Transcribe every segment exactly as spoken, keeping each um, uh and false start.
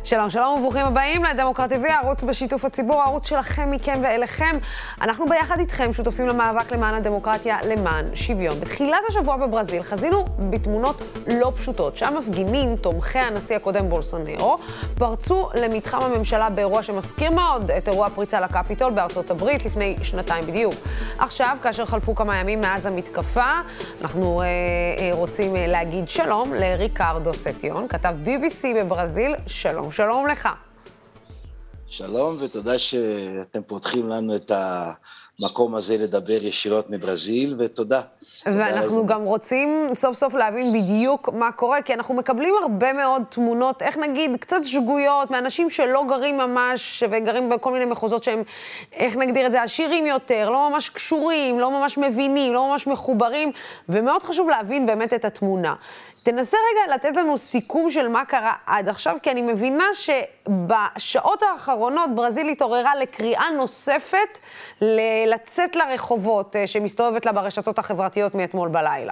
שלום, שלום וברוכים הבאים לדמוקרטי וי, הערוץ בשיתוף הציבור, הערוץ שלכם, מכם ואליכם. אנחנו ביחד איתכם שותפים למאבק למען הדמוקרטיה, למען שוויון. בתחילת השבוע בברזיל חזינו בתמונות לא פשוטות, שם מפגינים, תומכי הנשיא הקודם בולסונרו, פרצו למתחם הממשלה באירוע שמזכיר מאוד את אירוע הפריצה לקפיטול בארצות הברית לפני שנתיים בדיוק. עכשיו, כאשר חלפו כמה ימים מאז המתקפה, אנחנו אה, אה, רוצים אה, להגיד שלום לריקרדו סטיון, כתב בי בי סי בברזיל. שלום. שלום לך. שלום, ותודה שאתם פותחים לנו את המקום הזה לדבר ישירות מברזיל, ותודה. ואנחנו גם רוצים סוף סוף להבין בדיוק מה קורה, כי אנחנו מקבלים הרבה מאוד תמונות, איך נגיד, קצת שגויות, מאנשים שלא גרים ממש, וגרים בכל מיני מחוזות שהם, איך נגדיר את זה, עשירים יותר, לא ממש קשורים, לא ממש מבינים, לא ממש מחוברים, ומאוד חשוב להבין באמת את התמונה. תנסה רגע לתת לנו סיכום של מה קרה עד עכשיו, כי אני מבינה שבשעות האחרונות ברזיל התעוררה לקריאה נוספת לצאת לרחובות שמסתובבת לה ברשתות החברתיות מאתמול בלילה.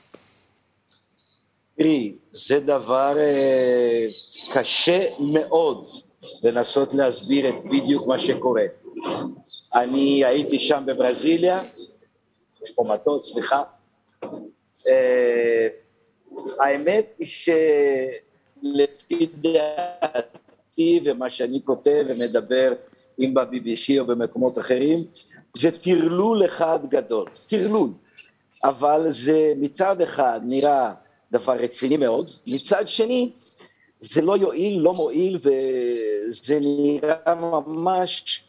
תראי, זה דבר אה, קשה מאוד לנסות להסביר את בדיוק מה שקורה. אני הייתי שם בברזיליה, יש פה מטוס, סליחה, אה, האמת היא שלפי דעתי ומה שאני כותב ומדבר אם ב-בי בי סי או במקומות אחרים, זה תרלול אחד גדול, תרלול, אבל זה מצד אחד נראה דבר רציני מאוד, מצד שני זה לא יועיל, לא מועיל, וזה נראה ממש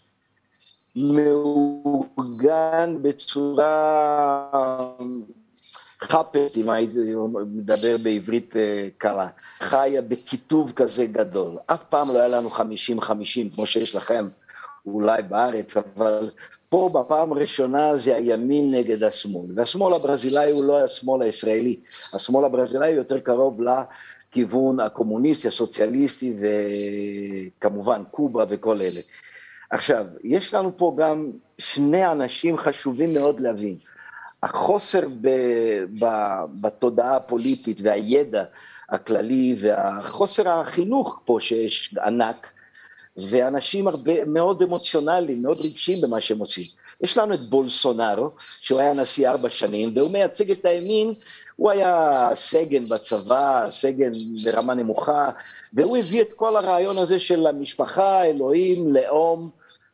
מאורגן בצורה חפת, אם הייתי מדבר בעברית קרה, חיה בכיתוב כזה גדול. אף פעם לא היה לנו חמישים חמישים, כמו שיש לכם אולי בארץ, אבל פה בפעם הראשונה זה הימין נגד השמאל. והשמאל הברזילאי הוא לא השמאל הישראלי, השמאל הברזילאי יותר קרוב לכיוון הקומוניסטי, הסוציאליסטי, וכמובן קובה וכל אלה. עכשיו, יש לנו פה גם שני אנשים חשובים מאוד להבין. החוסר ב, ב, בתודעה הפוליטית והידע הכללי והחוסר החינוך פה שיש ענק, ואנשים הרבה, מאוד אמוציונליים, מאוד רגשיים במה שהם עושים. יש לנו את בולסונרו, שהוא היה נשיא ארבע שנים, והוא מייצג את הימין, הוא היה סגן בצבא, סגן ברמה נמוכה, והוא הביא את כל הרעיון הזה של המשפחה, אלוהים, לאום,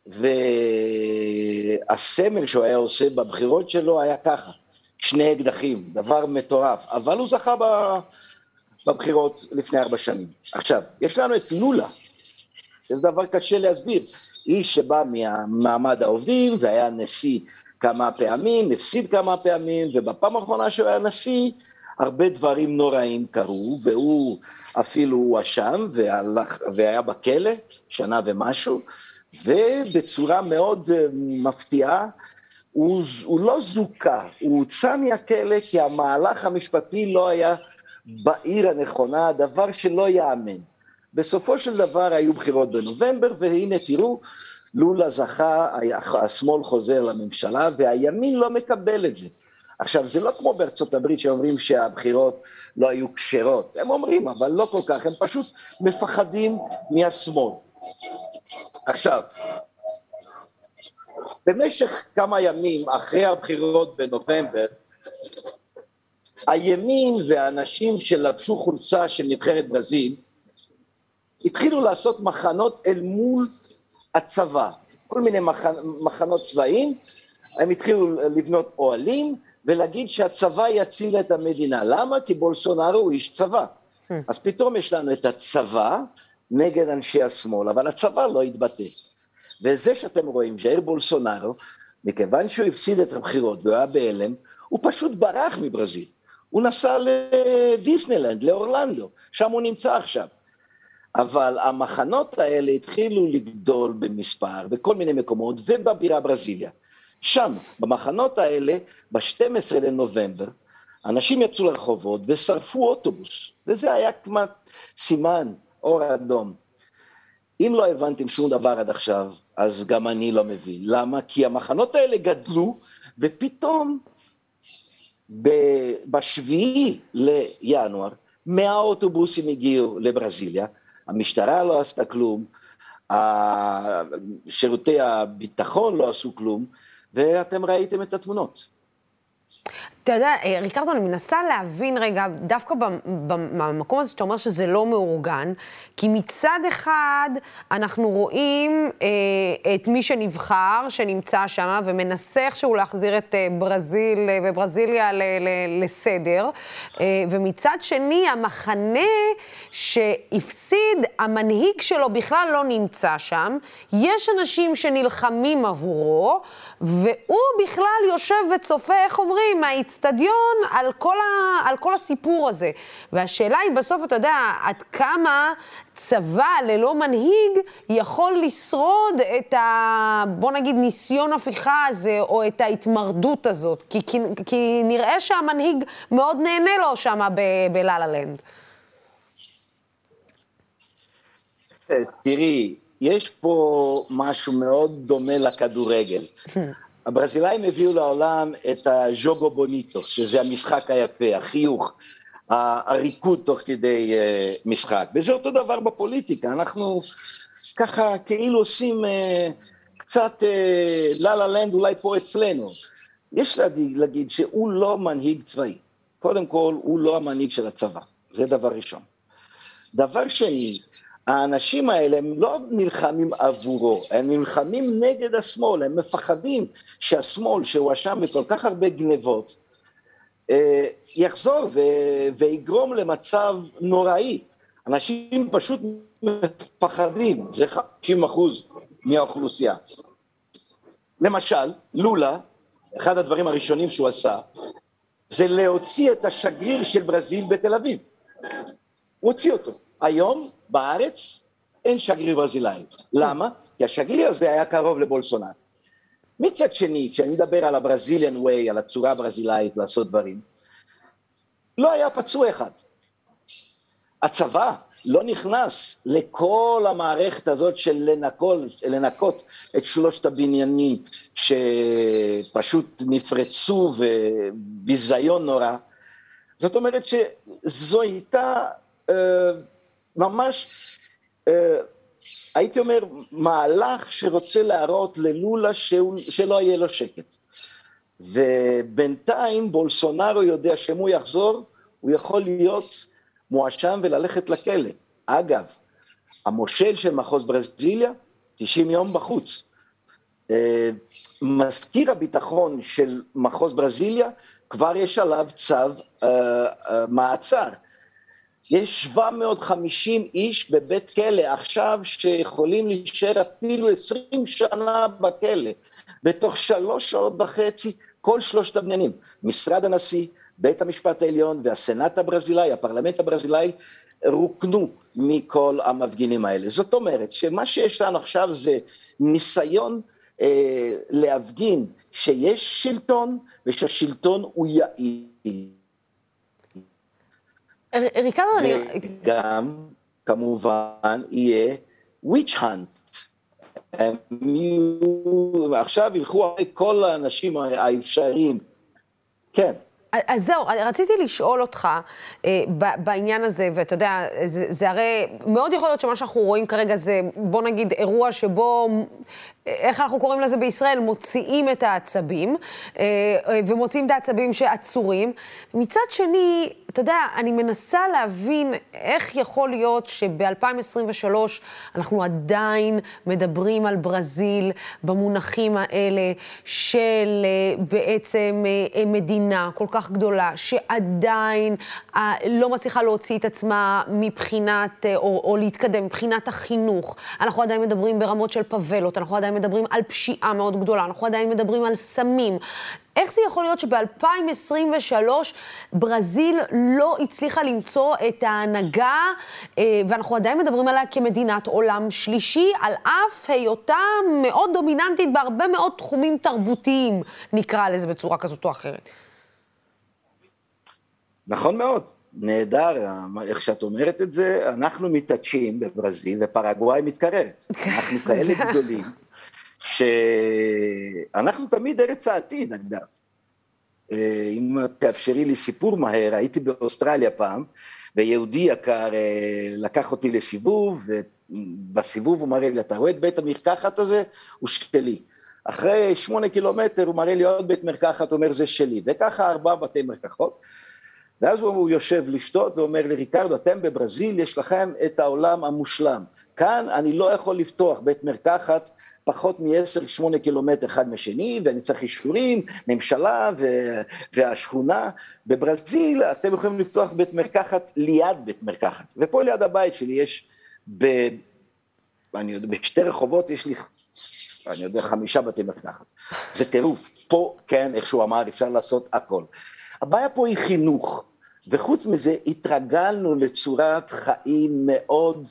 והסמל שהוא היה עושה בבחירות שלו היה ככה, שני אקדחים, דבר מטורף, אבל הוא זכה בבחירות לפני ארבע שנים. עכשיו, יש לנו את לולה, שזה דבר קשה להסביר, איש שבא ממעמד העובדים והיה נשיא כמה פעמים, הפסיד כמה פעמים, ובפעם האחרונה שהוא היה נשיא, הרבה דברים נוראים קרו, והוא אפילו הואשם והיה בכלא, שנה ומשהו, ובצורה מאוד מפתיעה, הוא, הוא לא זוקה, הוא הוצא מהכלא כי המהלך המשפטי לא היה בעיר הנכונה, דבר שלא יאמן. בסופו של דבר היו בחירות בנובמבר, והנה תראו, לולה זכה, השמאל חוזר לממשלה, והימין לא מקבל את זה. עכשיו, זה לא כמו בארצות הברית שאומרים שהבחירות לא היו כשרות, הם אומרים, אבל לא כל כך, הם פשוט מפחדים מהשמאל. עכשיו, במשך כמה ימים אחרי הבחירות בנובמבר, הימין והאנשים שלבשו חולצה של נבחרת ברזיל, התחילו לעשות מחנות אל מול הצבא, כל מיני מחנות צבאיים, הם התחילו לבנות אוהלים, ולהגיד שהצבא יציל את המדינה. למה? כי בולסונרו הוא איש צבא. אז פתאום יש לנו את הצבא, נגד אנשי השמאל, אבל הצבא לא התבטא. וזה שאתם רואים, ז'איר בולסונרו, מכיוון שהוא הפסיד את הבחירות והוא היה בהלם, הוא פשוט ברח מברזיל. הוא נסע לדיסנילנד, לאורלנדו, שם הוא נמצא עכשיו. אבל המחנות האלה התחילו לגדול במספר, בכל מיני מקומות, ובבירה ברזיליה. שם, במחנות האלה, ב-שנים עשר לנובמבר, אנשים יצאו לרחובות ושרפו אוטובוס, וזה היה כמעט סימן, אור אדום. אם לא הבנתם שום דבר עד עכשיו, אז גם אני לא מבין. למה? כי המחנות האלה גדלו, ופתאום בשביעי לינואר, מאה אוטובוסים הגיעו לברזיליה, המשטרה לא עשתה כלום, שירותי הביטחון לא עשו כלום, ואתם ראיתם את התמונות. אתה יודע, ריקרדו, אני מנסה להבין רגע, דווקא במקום הזה שאתה אומר שזה לא מאורגן, כי מצד אחד אנחנו רואים אה, את מי שנבחר, שנמצא שם, ומנסה איכשהו להחזיר את אה, ברזיל וברזיליה ל- ל- לסדר, אה, ומצד שני, המחנה שהפסיד, המנהיג שלו בכלל לא נמצא שם, יש אנשים שנלחמים עבורו, והוא בכלל יושב וצופה, איך אומרים, מהאצטדיון על כל, ה, על כל הסיפור הזה. והשאלה היא בסוף, אתה יודע, עד כמה צבא ללא מנהיג יכול לשרוד את ה... בוא נגיד, ניסיון הפיכה הזה, או את ההתמרדות הזאת. כי, כי, כי נראה שהמנהיג מאוד נהנה לו שם בלה-לה לנד. תראי, יש פה משהו מאוד דומה לכדורגל. הברזילאים הביאו לעולם את הז'וגו בוניטו, שזה המשחק היפה, החיוך, הריקוד תוך כדי משחק. וזה אותו דבר בפוליטיקה, אנחנו ככה כאילו עושים קצת לה-לה לנד אולי פה אצלנו. יש להגיד שהוא לא מנהיג צבאי. קודם כל, הוא לא המנהיג של הצבא, זה דבר ראשון. דבר שני, האנשים האלה הם לא נלחמים עבורו, הם נלחמים נגד השמאל, הם מפחדים שהשמאל שהואשם בכל כך הרבה גנבות, יחזור ויגרום למצב נוראי. אנשים פשוט מפחדים, זה חמישים אחוז מהאוכלוסייה. למשל, לולה, אחד הדברים הראשונים שהוא עשה, זה להוציא את השגריר של ברזיל בתל אביב. הוא הוציא אותו. היום בארץ אין שגריר ברזילאי. למה? כי השגריר הזה היה קרוב לבולסונארו. מצד שני, כשאני מדבר על הברזיליאן ווי, על הצורה הברזילאית לעשות דברים, לא היה פצוע אחד. הצבא לא נכנס לכל המערכת הזאת של לנקות, לנקות את שלושת הבניינים שפשוט נפרצו וביזיון נורא. זאת אומרת שזו הייתה אה, ממש, אה, הייתי אומר, מהלך שרוצה להראות ללולה שהוא, שלא יהיה לו שקט. ובינתיים בולסונארו יודע שאם הוא יחזור, הוא יכול להיות מואשם וללכת לכלא. אגב, המושל של מחוז ברזיליה, תשעים יום בחוץ. אה, מזכיר הביטחון של מחוז ברזיליה, כבר יש עליו צו אה, אה, מעצר. יש שבע מאות וחמישים איש בבית כלא עכשיו שיכולים להישאר אפילו עשרים שנה בכלא, בתוך שלוש שעות וחצי כל שלושת הבניינים, משרד הנשיא, בית המשפט העליון והסנאט הברזילאי, הפרלמנט הברזילאי, רוקנו מכל המפגינים האלה. זאת אומרת שמה שיש לנו עכשיו זה ניסיון אה, להפגין שיש שלטון ושהשלטון הוא יעיל. ריקרדו, אני... וגם, כמובן, יהיה וויץ' האנט. עכשיו ילכו אחרי כל האנשים האפשריים. כן. אז זהו, רציתי לשאול אותך אה, בעניין הזה, ואתה יודע, זה, זה הרי מאוד יכול להיות שמה שאנחנו רואים כרגע זה, בוא נגיד, אירוע שבו, איך אנחנו קוראים לזה בישראל, מוציאים את העצבים, אה, ומוציאים את העצבים שעצורים. מצד שני, אתה יודע, אני מנסה להבין איך יכול להיות שב-אלפיים עשרים ושלוש אנחנו עדיין מדברים על ברזיל במונחים האלה של אה, בעצם אה, מדינה כל כך גדולה, שעדיין אה, לא מצליחה להוציא את עצמה מבחינת, אה, או, או להתקדם מבחינת החינוך. אנחנו עדיין מדברים ברמות של פבלות, אנחנו עדיין מדברים על פשיעה מאוד גדולה, אנחנו עדיין מדברים על סמים. איך זה יכול להיות שב-אלפיים עשרים ושלוש ברזיל לא הצליחה למצוא את ההנהגה, אה, ואנחנו עדיין מדברים עליה כמדינת עולם שלישי, על אף היותה מאוד דומיננטית בהרבה מאוד תחומים תרבותיים, נקרא לזה בצורה כזאת או אחרת. נכון מאוד, נהדר, איך שאת אומרת את זה, אנחנו מתעטשים בברזיל ופרגוואי מתקררת. אנחנו כאלה גדולים, שאנחנו תמיד ארץ העתיד, אגב. אם תאפשרי לי סיפור מהר, הייתי באוסטרליה פעם, ויהודי יקר לקח אותי לסיבוב, ובסיבוב הוא מראה לי, אתה רואה את בית המרקחת הזה? הוא שלי. אחרי שמונה קילומטר הוא מראה לי עוד בית מרקחת, הוא אומר זה שלי, וככה ארבע בתי מרקחות, ואז הוא יושב לשתות ואומר לי, ריקרדו, אתם בברזיל, יש לכם את העולם המושלם, כאן אני לא יכול לפתוח בית מרקחת פחות מ-עשר שמונה קילומטר אחד משני, ואני צריך אישורים, ממשלה ו- והשכונה, בברזיל אתם יכולים לפתוח בית מרקחת ליד בית מרקחת, ופה ליד הבית שלי יש, ב- אני יודע, בשתי רחובות יש לי, אני יודע, חמישה בתי מרקחת, זה טירוף, פה כן, איך שהוא אמר, אפשר לעשות הכל. הבעיה פה היא חינוך, וחוץ מזה התרגלנו לצורת חיים מאוד,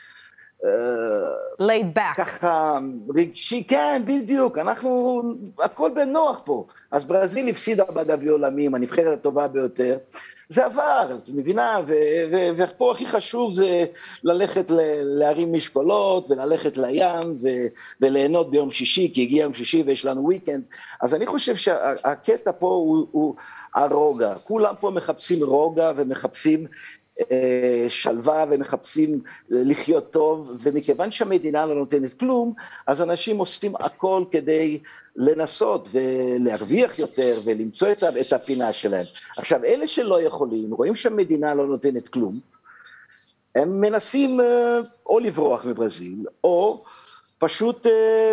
laid back. ככה רגשי, כן, בדיוק, אנחנו, הכל בנוח פה. אז ברזיל הפסידה בגביע עולמים, הנבחרת הטובה ביותר, זה עבר, את מבינה, ופה הכי חשוב זה ללכת להרים משקולות, וללכת לים, וליהנות ביום שישי, כי הגיע יום שישי ויש לנו וויקנד, אז אני חושב שהקטע פה הוא הרוגע, כולם פה מחפשים רוגע, ומחפשים שלווה, ומחפשים לחיות טוב, ומכיוון שהמדינה לא נותנת כלום, אז אנשים עושים הכל כדי לנסות ולהרוויח יותר, ולמצוא את הפינה שלהם. עכשיו, אלה שלא יכולים, רואים שהמדינה לא נותנת כלום, הם מנסים או לברוח מברזיל, או פשוט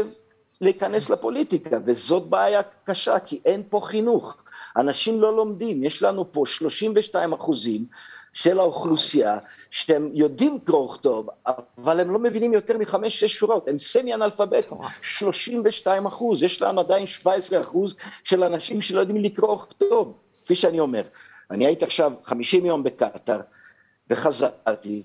להיכנס לפוליטיקה, וזאת בעיה קשה, כי אין פה חינוך. אנשים לא לומדים, יש לנו פה שלושים ושתיים אחוזים, של האוכלוסייה, שהם יודעים קרוא טוב, אבל הם לא מבינים יותר מחמש, שש שורות, הם סמי אנאלפביתים, שלושים ושתיים אחוז, יש לנו עדיין שבע עשרה אחוז של אנשים שלא יודעים לקרוא טוב, כפי שאני אומר. אני הייתי עכשיו חמישים יום בקטר, וחזרתי,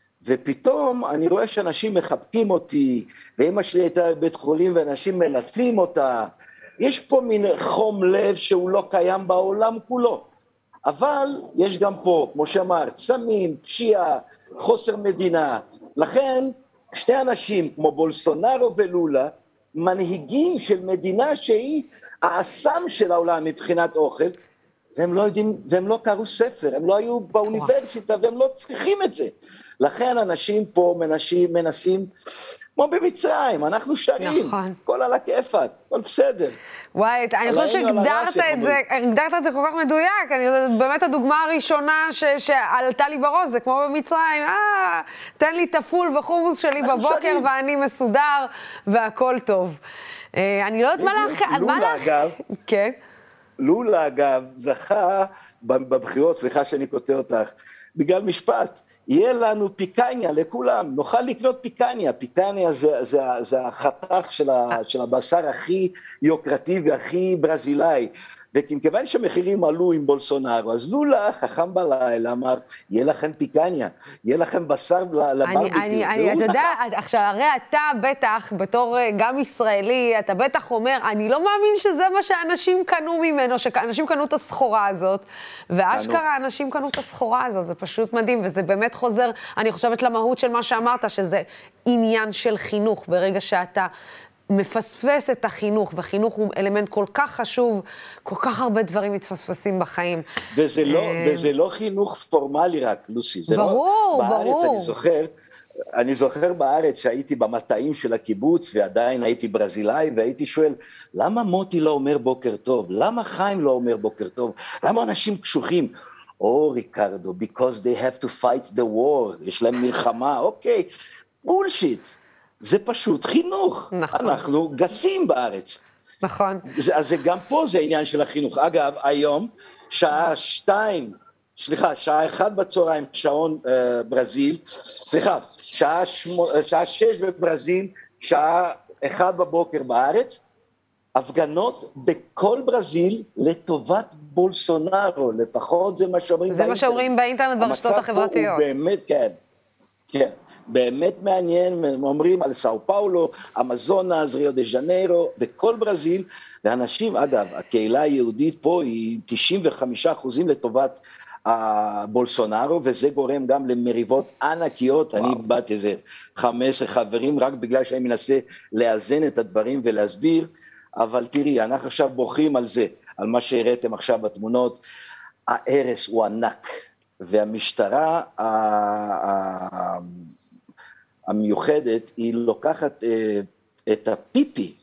ופתאום אני רואה שאנשים מחבקים אותי, ואמא שלי הייתה בבית חולים, ואנשים מלטפים אותה, יש פה מין חום לב שהוא לא קיים בעולם כולו, אבל יש גם פה, כמו שאמרת, סמים, פשיעה, חוסר מדינה. לכן, שתי אנשים כמו בולסונארו ולולה, מנהיגים של מדינה שהיא האסם של העולם מבחינת אוכל, והם לא יודעים, והם לא קראו ספר, הם לא היו באוניברסיטה, והם לא צריכים את זה. לכן אנשים פה מנסים, מנסים, כמו במצרים, אנחנו שרים, נכון. כל על הכיפק, כל בסדר. וואי, אני חושבת שהגדרת את זה, הגדרת את זה כל כך מדויק, אני יודעת, באמת הדוגמה הראשונה ש, שעלתה לי בראש, זה כמו במצרים, אה, תן לי תפול וחומוס שלי בבוקר שרים. ואני מסודר והכל טוב. אה, אני לא יודעת מה לך, מה לך? אגב, כן. לולה אגב זכה בבחירות, סליחה שאני קוטע אותך, בגלל משפט, יהיה לנו פיקניה לכולם, נוכל לקנות פיקניה, פיקניה זה, זה, זה החתך של, ה, של הבשר הכי יוקרתי והכי ברזילאי, וכיוון שהמחירים עלו עם בולסונארו, אז לולה חכם בלילה אמר, יהיה לכם פיקניה, יהיה לכם בשר לברביקיו. אני, אני, אתה יודע, עכשיו, הרי אתה בטח, בתור גם ישראלי, אתה בטח אומר, אני לא מאמין שזה מה שאנשים קנו ממנו, שאנשים קנו את הסחורה הזאת, ואשכרה אנשים קנו את הסחורה הזאת, זה פשוט מדהים, וזה באמת חוזר, אני חושבת למהות של מה שאמרת, שזה עניין של חינוך, ברגע שאתה מפספס את החינוך, וחינוך הוא אלמנט כל כך חשוב, כל כך הרבה דברים מתפספסים בחיים. וזה לא, וזה לא חינוך פורמלי רק, לוסי. זה ברור, לא, בארץ, ברור. אני זוכר, אני זוכר בארץ שהייתי במטעים של הקיבוץ, ועדיין הייתי ברזילאי, והייתי שואל, למה מוטי לא אומר בוקר טוב? למה חיים לא אומר בוקר טוב? למה אנשים קשוחים? או, ריקרדו, because they have to fight the war, יש להם מלחמה, אוקיי, בולשיט. זה פשוט חינוך. נכון. אנחנו גסים בארץ. נכון. זה, אז זה גם פה זה העניין של החינוך. אגב, היום, שעה שתיים, סליחה, שעה אחת בצהריים, שעון אה, ברזיל, סליחה, שעה, שמו, שעה שש בברזיל, שעה אחת בבוקר בארץ, הפגנות בכל ברזיל לטובת בולסונארו, לפחות זה מה שאומרים באינטרנט. זה מה שאומרים באינטרנט ברשתות החברתיות. המצב פה הוא באמת, כן, כן. באמת מעניין, אומרים על סאו פאולו, אמזונס, ריו דה ז'נרו, בכל ברזיל, ואנשים, אגב, הקהילה היהודית פה היא תשעים וחמישה אחוזים לטובת הבולסונארו, וזה גורם גם למריבות ענקיות, וואו. אני בת איזה חמישה עשר חברים, רק בגלל שאני מנסה לאזן את הדברים ולהסביר, אבל תראי, אנחנו עכשיו בוכים על זה, על מה שהראיתם עכשיו בתמונות, ההרס הוא ענק, והמשטרה המיוחדת, היא לוקחת את הפיפי,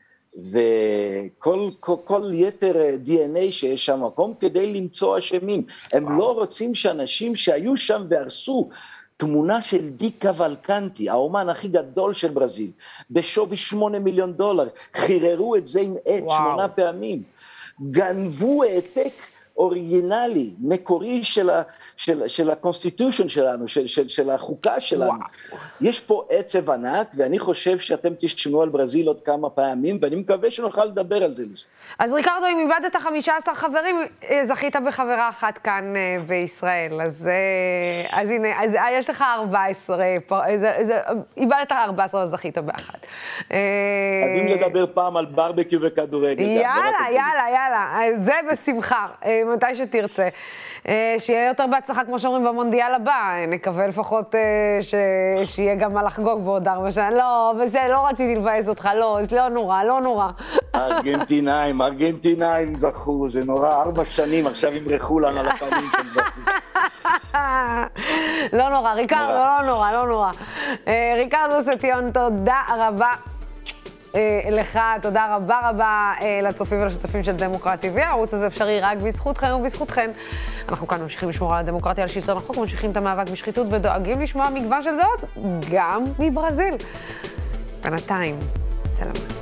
וכל כל, כל יתר די אן איי שיש שם מקום, כדי למצוא אשמים. הם לא רוצים שאנשים שהיו שם והרסו, תמונה של די קוולקנטי, האומן הכי גדול של ברזיל, בשווי שמונה מיליון דולר, חיררו את זה עם עט שמונה פעמים, גנבו העתק אוריגינלי, מקורי של, ה, של, של הקונסטיטושן שלנו, של, של, של החוקה שלנו. וואו. יש פה עצב ענק, ואני חושב שאתם תשמעו על ברזיל עוד כמה פעמים, ואני מקווה שנוכל לדבר על זה. אז ריקרדו, אם איבדת חמישה עשר חברים, זכית בחברה אחת כאן בישראל, אז, אז הנה, אז יש לך ארבע עשרה, איבדת ארבע עשרה, אז זכית באחת. חייבים לדבר פעם על ברבקיו וכדורגל. יאללה, יאללה, יאללה, זה בשמחה. מתי שתרצה. שיהיה יותר בהצלחה, כמו שאומרים, במונדיאל הבא. נקווה לפחות שיהיה גם מה לחגוג בעוד ארבע שנים. לא, וזה, לא רציתי לבאס אותך, לא, זה לא נורא, לא נורא. ארגנטינאים, ארגנטינאים זכו, זה נורא, ארבע שנים, עכשיו ימרחו לנו על הפנים שהם זכו. לא נורא, ריקרדו, לא נורא, לא נורא. ריקרדו סטיון, תודה רבה. לך, תודה רבה רבה לצופים ולשותפים של דמוקרט טי וי. הערוץ הזה אפשרי רק בזכותכם ובזכותכן. אנחנו כאן ממשיכים לשמור על הדמוקרטיה, על שלטון החוק, ממשיכים את המאבק בשחיתות ודואגים לשמוע מגוון של דעות, גם מברזיל. בינתיים, סלאם.